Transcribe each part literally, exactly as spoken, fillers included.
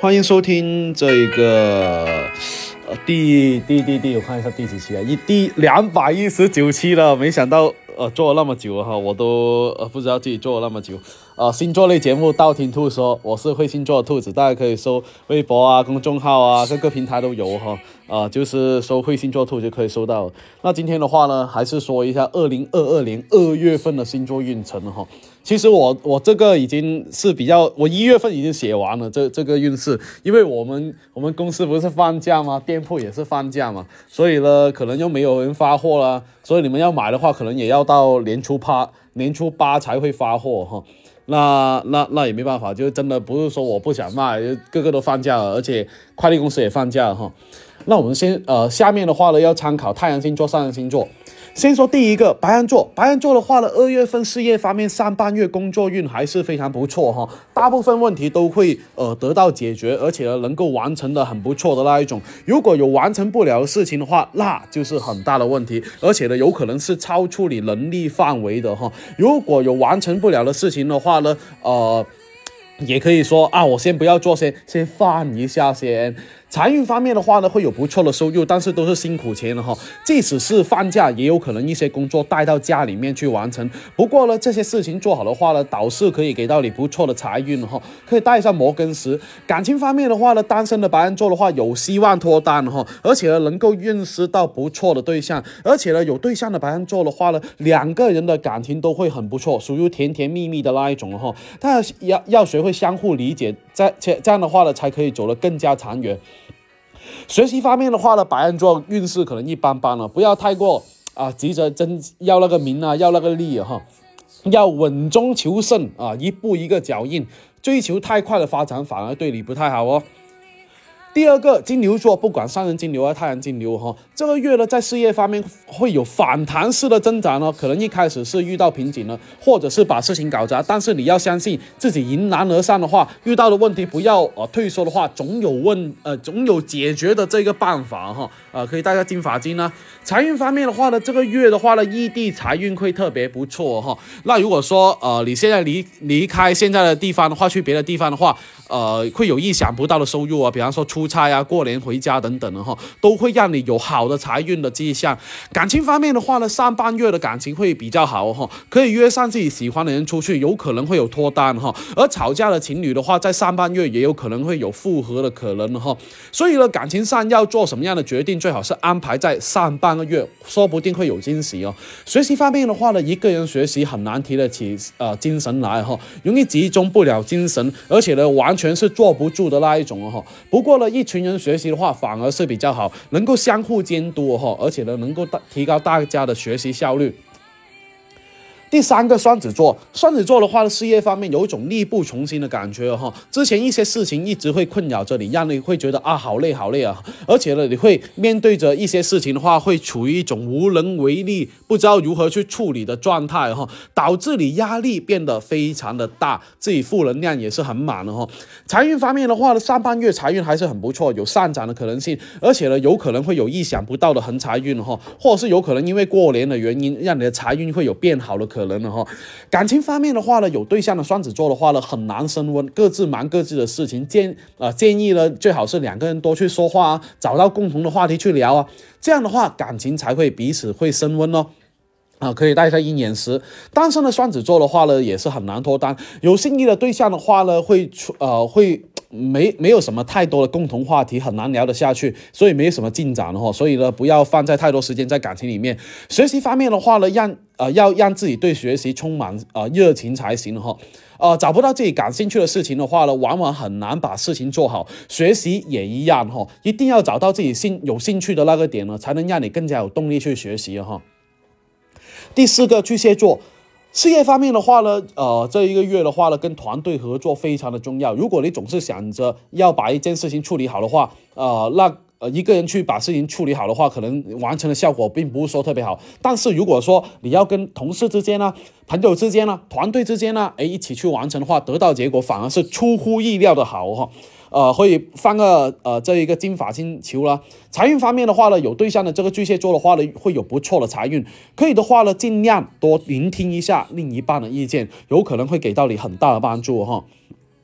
欢迎收听这个呃第第第第，我看一下第几期啊？一第两百一十九期了，没想到呃做了那么久哈，我都呃不知道自己做了那么久。呃，星座类节目道听途说，我是会星座的兔子，大家可以搜微博啊、公众号啊，各个平台都有哈。啊、呃，就是搜会星座兔就可以搜到。那今天的话呢，还是说一下二零二二年二月份的星座运程哈。其实我我这个已经是比较，我一月份已经写完了这这个运势，因为我们我们公司不是放假吗？店铺也是放假嘛，所以呢，可能又没有人发货啦，所以你们要买的话，可能也要到年初八年初八才会发货哈。那那那也没办法，就真的不是说我不想卖，个个都放假了，而且快递公司也放假了哈。那我们先呃下面的话呢，要参考太阳星座、上升星座。先说第一个白羊座，白羊座的话呢，二月份事业方面上半月工作运还是非常不错哈，大部分问题都会呃得到解决，而且呢能够完成的很不错的那一种。如果有完成不了的事情的话，那就是很大的问题，而且呢有可能是超出你能力范围的哈。如果有完成不了的事情的话呢，呃。也可以说啊，我先不要做先，先放一下先。财运方面的话呢，会有不错的收入，但是都是辛苦钱了哈。即使是放假，也有可能一些工作带到家里面去完成。不过呢，这些事情做好的话呢，导师可以给到你不错的财运哈，可以带上摩根石。感情方面的话呢，单身的白羊座的话有希望脱单哈，而且呢能够认识到不错的对象，而且呢有对象的白羊座的话呢，两个人的感情都会很不错，属于甜甜蜜蜜的那一种哈。但要要学会相互理解，这这样的话呢，才可以走得更加长远。学习方面的话呢，白羊座运势可能一般般了，不要太过啊急着真要那个名啊，要那个利啊哈，要稳中求胜啊，一步一个脚印，追求太快的发展反而对你不太好哦。第二个金牛座，不管上升金牛啊、太阳金牛哈，这个月呢在事业方面会有反弹式的增长呢，可能一开始是遇到瓶颈了，或者是把事情搞砸，但是你要相信自己迎难而上的话，遇到的问题不要呃退缩的话，总有问呃总有解决的这个办法哈，呃可以带下金发金呢。财运方面的话呢，这个月的话呢，异地财运会特别不错哈。那如果说呃你现在离离开现在的地方的话，去别的地方的话，呃会有意想不到的收入啊，比方说出差啊、过年回家等等的哈，都会让你有好的财运的迹象。感情方面的话呢，上半月的感情会比较好哈，可以约上自己喜欢的人出去，有可能会有脱单哈。而吵架的情侣的话，在上半月也有可能会有复合的可能哈。所以呢，感情上要做什么样的决定，最好是安排在上半个月，说不定会有惊喜哦。学习方面的话呢，一个人学习很难提得起呃精神来哈，容易集中不了精神，而且呢，完全是坐不住的那一种哈。不过呢，一群人学习的话反而是比较好，能够相互监督哈，而且呢能够提高大家的学习效率。第三个双子座，双子座的话，事业方面有一种力不从心的感觉哈。之前一些事情一直会困扰着你，让你会觉得啊好累好累啊，而且呢，你会面对着一些事情的话，会处于一种无能为力，不知道如何去处理的状态哈，导致你压力变得非常的大，自己负能量也是很满的哈。财运方面的话呢，上半月财运还是很不错，有上涨的可能性，而且呢，有可能会有意想不到的横财运哈，或者是有可能因为过年的原因，让你的财运会有变好的可能。可能的哈，感情方面的话呢，有对象的双子座的话呢，很难升温，各自忙各自的事情。建啊、呃、建议呢，最好是两个人多去说话啊，找到共同的话题去聊啊，这样的话感情才会彼此会升温哦。啊，可以带一下鹰眼石。单身的双子座的话呢，也是很难脱单。有心仪的对象的话呢，会出呃会。没没有什么太多的共同话题，很难聊得下去，所以没有什么进展哈。所以呢，不要放在太多时间在感情里面。学习方面的话呢，让呃要让自己对学习充满呃热情才行哈。呃，找不到自己感兴趣的事情的话呢，往往很难把事情做好。学习也一样哈，一定要找到自己兴有兴趣的那个点呢，才能让你更加有动力去学习哈。第四个巨蟹座。事业方面的话呢，呃，这一个月的话呢，跟团队合作非常的重要。如果你总是想着要把一件事情处理好的话，呃，那呃一个人去把事情处理好的话，可能完成的效果并不是说特别好。但是如果说你要跟同事之间呢、朋友之间呢、团队之间呢，哎，一起去完成的话，得到结果反而是出乎意料的好哈。呃，会放个呃这一个金发金球啦。财运方面的话呢，有对象的这个巨蟹座的话呢，会有不错的财运。可以的话呢，尽量多聆听一下另一半的意见，有可能会给到你很大的帮助哈。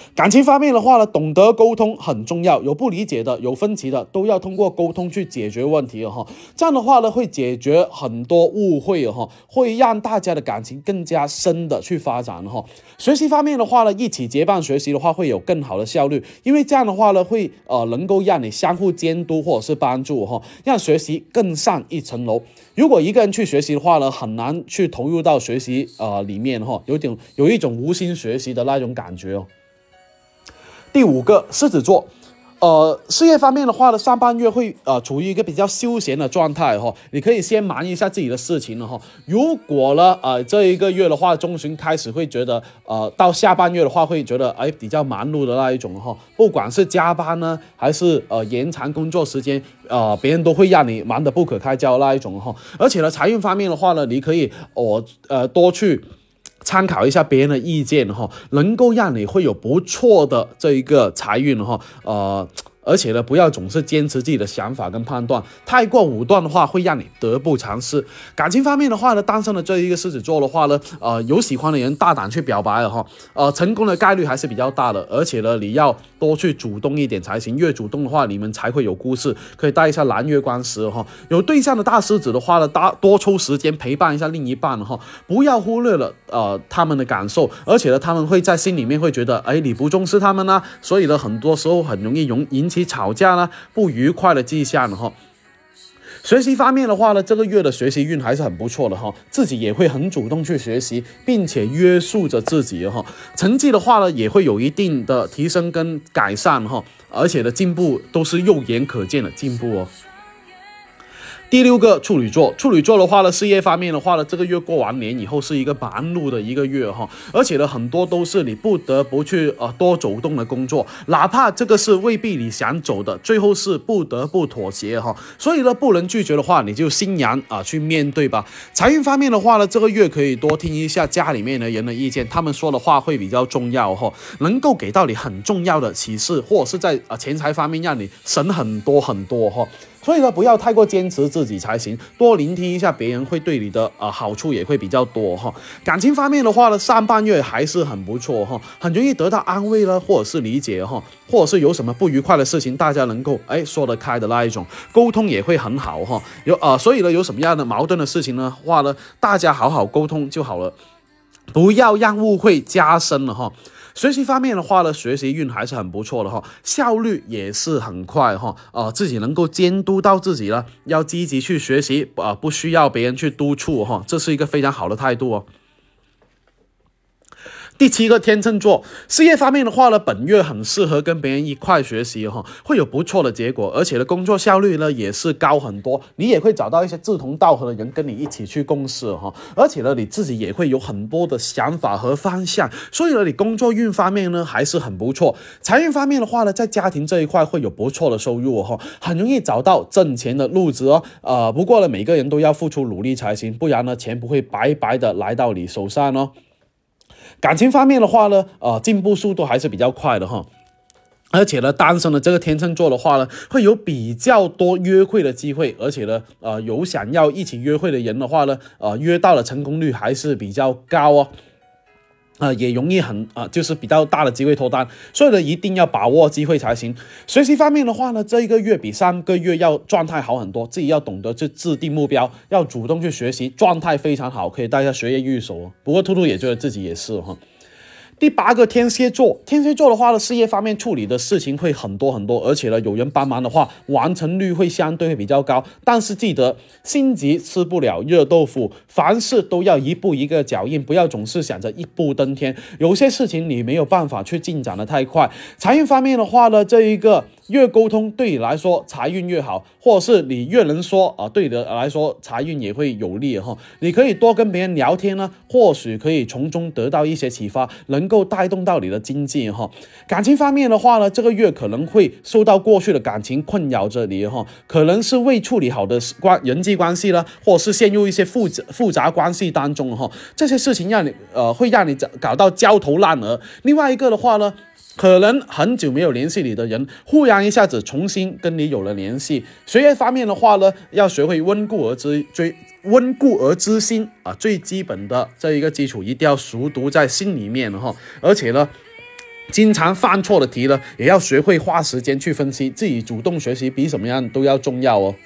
感情方面的话呢，懂得沟通很重要，有不理解的、有分歧的，都要通过沟通去解决问题哈。这样的话呢，会解决很多误会哈，会让大家的感情更加深的去发展哈。学习方面的话呢，一起结伴学习的话，会有更好的效率，因为这样的话呢，会呃能够让你相互监督或者是帮助哈，让学习更上一层楼。如果一个人去学习的话呢，很难去投入到学习呃里面哈，有点有一种无心学习的那种感觉哦。第五个，狮子座。呃，事业方面的话呢，上半月会呃处于一个比较休闲的状态哈，你可以先忙一下自己的事情了哈。如果呢呃这一个月的话，中旬开始会觉得呃到下半月的话会觉得哎比较忙碌的那一种哈，不管是加班呢，还是呃延长工作时间，呃别人都会让你忙得不可开交那一种哈。而且呢，财运方面的话呢，你可以我、呃多去参考一下别人的意见哈，能够让你会有不错的这一个财运哈，呃，而且呢，不要总是坚持自己的想法跟判断，太过武断的话会让你得不偿失。感情方面的话呢，单身的这一个狮子座的话呢，呃，有喜欢的人大胆去表白了哈，呃，成功的概率还是比较大的，而且呢，你要多去主动一点才行，越主动的话，你们才会有故事，可以带一下蓝月光石哈。有对象的大狮子的话呢，大多抽时间陪伴一下另一半哈，不要忽略了呃他们的感受，而且呢，他们会在心里面会觉得，哎，你不重视他们呢、啊，所以呢，很多时候很容易容引起吵架啦、不愉快的迹象哈。学习方面的话呢，这个月的学习运还是很不错的哈，自己也会很主动去学习，并且约束着自己哈。成绩的话呢，也会有一定的提升跟改善哈，而且的进步都是肉眼可见的进步哦。第六个，处女座。处女座的话呢，事业方面的话呢，这个月过完年以后是一个忙碌的一个月哈，而且呢，很多都是你不得不去呃多走动的工作，哪怕这个是未必你想走的，最后是不得不妥协哈。所以呢，不能拒绝的话，你就欣然啊、呃、去面对吧。财运方面的话呢，这个月可以多听一下家里面的人的意见，他们说的话会比较重要哈，能够给到你很重要的启示，或者是在啊、呃、钱财方面让你省很多很多哈。所以呢，不要太过坚持自己才行，多聆听一下别人，会对你的呃好处也会比较多哈。感情方面的话呢，上半月还是很不错哈，很容易得到安慰了，或者是理解哈，或者是有什么不愉快的事情，大家能够哎说得开的那一种，沟通也会很好哈。有呃，所以呢，有什么样的矛盾的事情呢话呢，大家好好沟通就好了，不要让误会加深了哈。学习方面的话呢，学习运还是很不错的哈，效率也是很快哈，呃，自己能够监督到自己了，要积极去学习啊、呃，不需要别人去督促哈，这是一个非常好的态度哦。第七个，天秤座。事业方面的话呢，本月很适合跟别人一块学习哈，会有不错的结果，而且呢，工作效率呢也是高很多，你也会找到一些志同道合的人跟你一起去共事哈，而且呢，你自己也会有很多的想法和方向，所以呢，你工作运方面呢还是很不错。财运方面的话呢，在家庭这一块会有不错的收入哈，很容易找到挣钱的路子哦。呃，不过呢，每个人都要付出努力才行，不然呢，钱不会白白的来到你手上哦。感情方面的话呢，呃，进步速度还是比较快的哈，而且呢，单身的这个天秤座的话呢，会有比较多约会的机会，而且呢，呃，有想要一起约会的人的话呢，呃，约到的成功率还是比较高哦。呃，也容易很啊、呃，就是比较大的机会脱单，所以呢，一定要把握机会才行。学习方面的话呢，这一个月比上个月要状态好很多，自己要懂得去制定目标，要主动去学习，状态非常好，可以带一下学业入手。不过兔兔也觉得自己也是哈。第八个，天蝎座。天蝎座的话呢，事业方面处理的事情会很多很多，而且呢，有人帮忙的话，完成率会相对会比较高。但是记得，心急吃不了热豆腐，凡事都要一步一个脚印，不要总是想着一步登天。有些事情你没有办法去进展的太快。财运方面的话呢，这一个越沟通对你来说财运越好，或者是你越能说啊，对你来说财运也会有利哈。你可以多跟别人聊天呢，或许可以从中得到一些启发，能够带动到你的经济哈。感情方面的话呢，这个月可能会受到过去的感情困扰着你哈，可能是未处理好的关人际关系啦，或者是陷入一些复杂复杂关系当中哈，这些事情让你呃会让你搞到焦头烂额。另外一个的话呢，可能很久没有联系你的人，忽然一下子重新跟你有了联系。学业方面的话呢，要学会温故而知追温故而知新啊，最基本的这一个基础一定要熟读在心里面哈。而且呢， 经常犯错的题呢，也要学会花时间去分析，自己主动学习比什么样都要重要哦。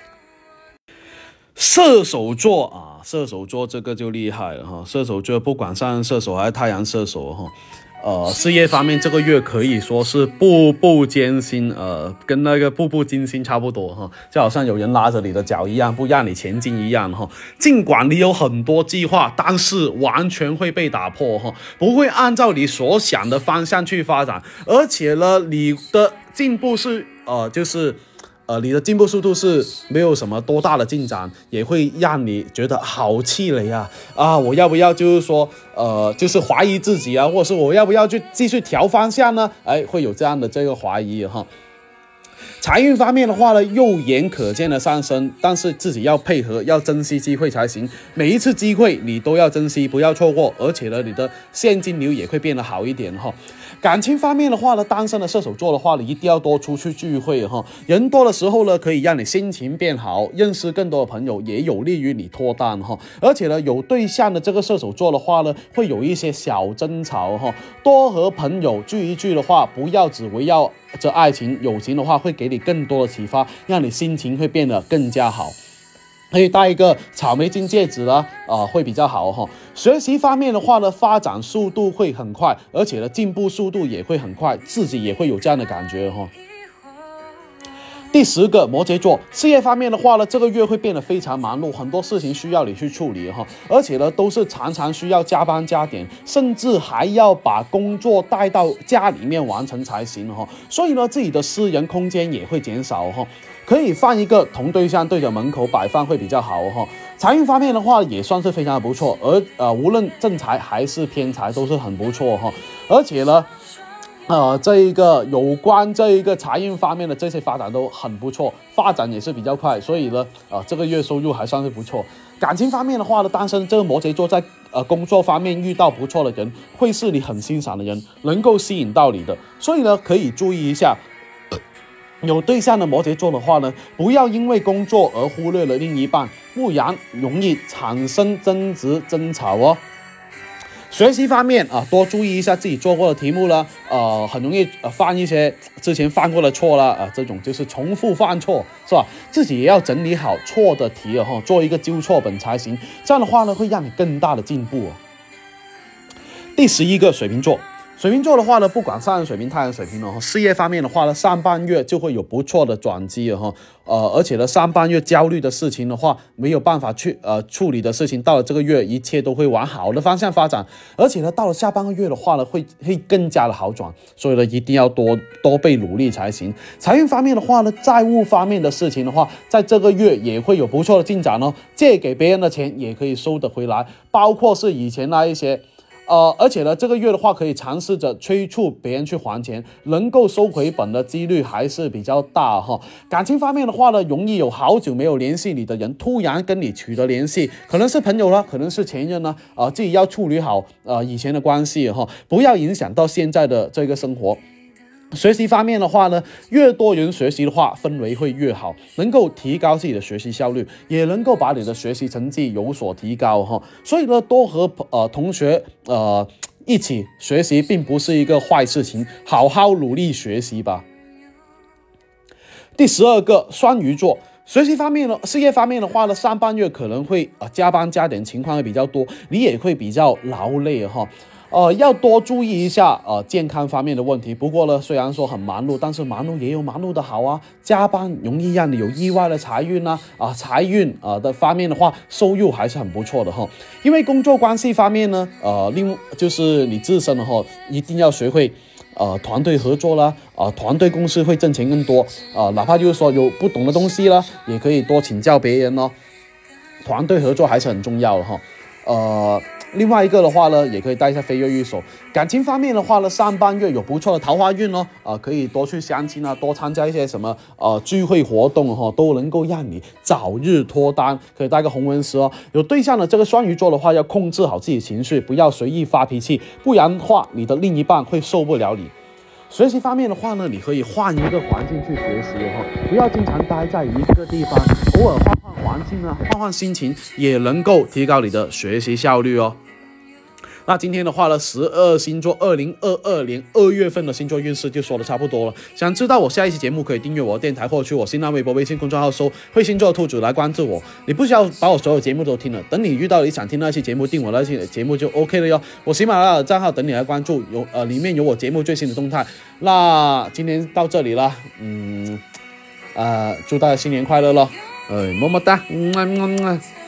射手座啊，射手座这个就厉害了哈。射手座不管上升射手还是太阳射手哈，呃，事业方面这个月可以说是步步艰辛，呃，跟那个步步惊心差不多哈，就好像有人拉着你的脚一样，不让你前进一样哈。尽管你有很多计划，但是完全会被打破哈，不会按照你所想的方向去发展，而且呢，你的进步是呃，就是。呃，你的进步速度是没有什么多大的进展，也会让你觉得好气馁啊！啊，我要不要就是说，呃，就是怀疑自己啊，或者是我要不要去继续调方向呢？哎，会有这样的这个怀疑哈。财运方面的话呢，肉眼可见的上升，但是自己要配合，要珍惜机会才行。每一次机会你都要珍惜，不要错过。而且呢，你的现金流也会变得好一点哈。感情方面的话呢，单身的射手座的话，你一定要多出去聚会哈。人多的时候呢，可以让你心情变好，认识更多的朋友，也有利于你脱单哈。而且呢，有对象的这个射手座的话呢，会有一些小争吵哈。多和朋友聚一聚的话，不要只围绕这爱情友情的话，会给你更多的启发，让你心情会变得更加好。可以戴一个草莓金戒指呢，啊、呃，会比较好哈。学习方面的话呢，发展速度会很快，而且呢，进步速度也会很快，自己也会有这样的感觉哈。第十个摩羯座，事业方面的话呢，这个月会变得非常忙碌，很多事情需要你去处理哈，而且呢，都是常常需要加班加点，甚至还要把工作带到家里面完成才行哈。所以呢，自己的私人空间也会减少哈。可以放一个同对象对着门口摆放会比较好哈。财运方面的话也算是非常的不错，而呃无论正财还是偏财都是很不错哈。而且呢，呃这一个有关这一个财运方面的这些发展都很不错，发展也是比较快，所以呢，呃这个月收入还算是不错。感情方面的话呢，单身这个摩羯座在呃工作方面遇到不错的人，会是你很欣赏的人，能够吸引到你的，所以呢可以注意一下。有对象的摩羯座的话呢，不要因为工作而忽略了另一半，不然容易产生争执争吵哦。学习方面啊，多注意一下自己做过的题目了，呃，很容易呃犯一些之前犯过的错了啊，这种就是重复犯错，是吧？自己也要整理好错的题了哈，做一个纠错本才行。这样的话呢，会让你更大的进步哦。第十一个水瓶座。水瓶座的话呢，不管上升水瓶、太阳水瓶哦，事业方面的话呢，上半月就会有不错的转机了哈。呃，而且呢，上半月焦虑的事情的话，没有办法去呃处理的事情，到了这个月，一切都会往好的方向发展。而且呢，到了下半个月的话呢，会会更加的好转。所以呢，一定要多多倍努力才行。财运方面的话呢，债务方面的事情的话，在这个月也会有不错的进展哦。借给别人的钱也可以收得回来，包括是以前那一些。呃，而且呢，这个月的话可以尝试着催促别人去还钱，能够收回本的几率还是比较大哈。感情方面的话呢，容易有好久没有联系你的人突然跟你取得联系，可能是朋友啦，可能是前任啦，啊、呃，自己要处理好呃以前的关系哈，不要影响到现在的这个生活。学习方面的话呢，越多人学习的话，氛围会越好，能够提高自己的学习效率，也能够把你的学习成绩有所提高哈。所以呢，多和呃同学呃一起学习，并不是一个坏事情，好好努力学习吧。第十二个，双鱼座。学习方面呢，事业方面的话呢，上半月可能会呃加班加点情况会比较多，你也会比较劳累哈。呃，要多注意一下呃健康方面的问题。不过呢，虽然说很忙碌，但是忙碌也有忙碌的好啊。加班容易让你有意外的财运啊，啊财运啊、呃、的方面的话，收入还是很不错的哈。因为工作关系方面呢，呃，另就是你自身的话，一定要学会呃团队合作啦，啊、呃、团队公司会挣钱更多啊、呃，哪怕就是说有不懂的东西啦，也可以多请教别人哦。团队合作还是很重要的哈，呃。另外一个的话呢，也可以带一下飞跃玉手。感情方面的话呢，上半月有不错的桃花运哦，啊、呃，可以多去相亲啊，多参加一些什么呃聚会活动哈、哦，都能够让你早日脱单。可以带个红纹石哦。有对象的这个双鱼座的话，要控制好自己情绪，不要随意发脾气，不然的话，你的另一半会受不了你。学习方面的话呢，你可以换一个环境去学习哈、哦，不要经常待在一个地方，偶尔换换环境啊，换换心情，也能够提高你的学习效率哦。 那今天的话呢，十二星座二零二二年二月份的星座运势就说的差不多了。想知道我下一期节目，可以订阅我的电台，或者去我新浪微博、微信公众号搜“会星座兔子”来关注我。你不需要把我所有节目都听了，等你遇到你想听那期节目，订我那期节目就 OK 了哟。我喜马拉雅的账号等你来关注，有呃里面有我节目最新的动态。那今天到这里了，嗯，呃，祝大家新年快乐咯，呃，么么哒，嗯嗯嗯。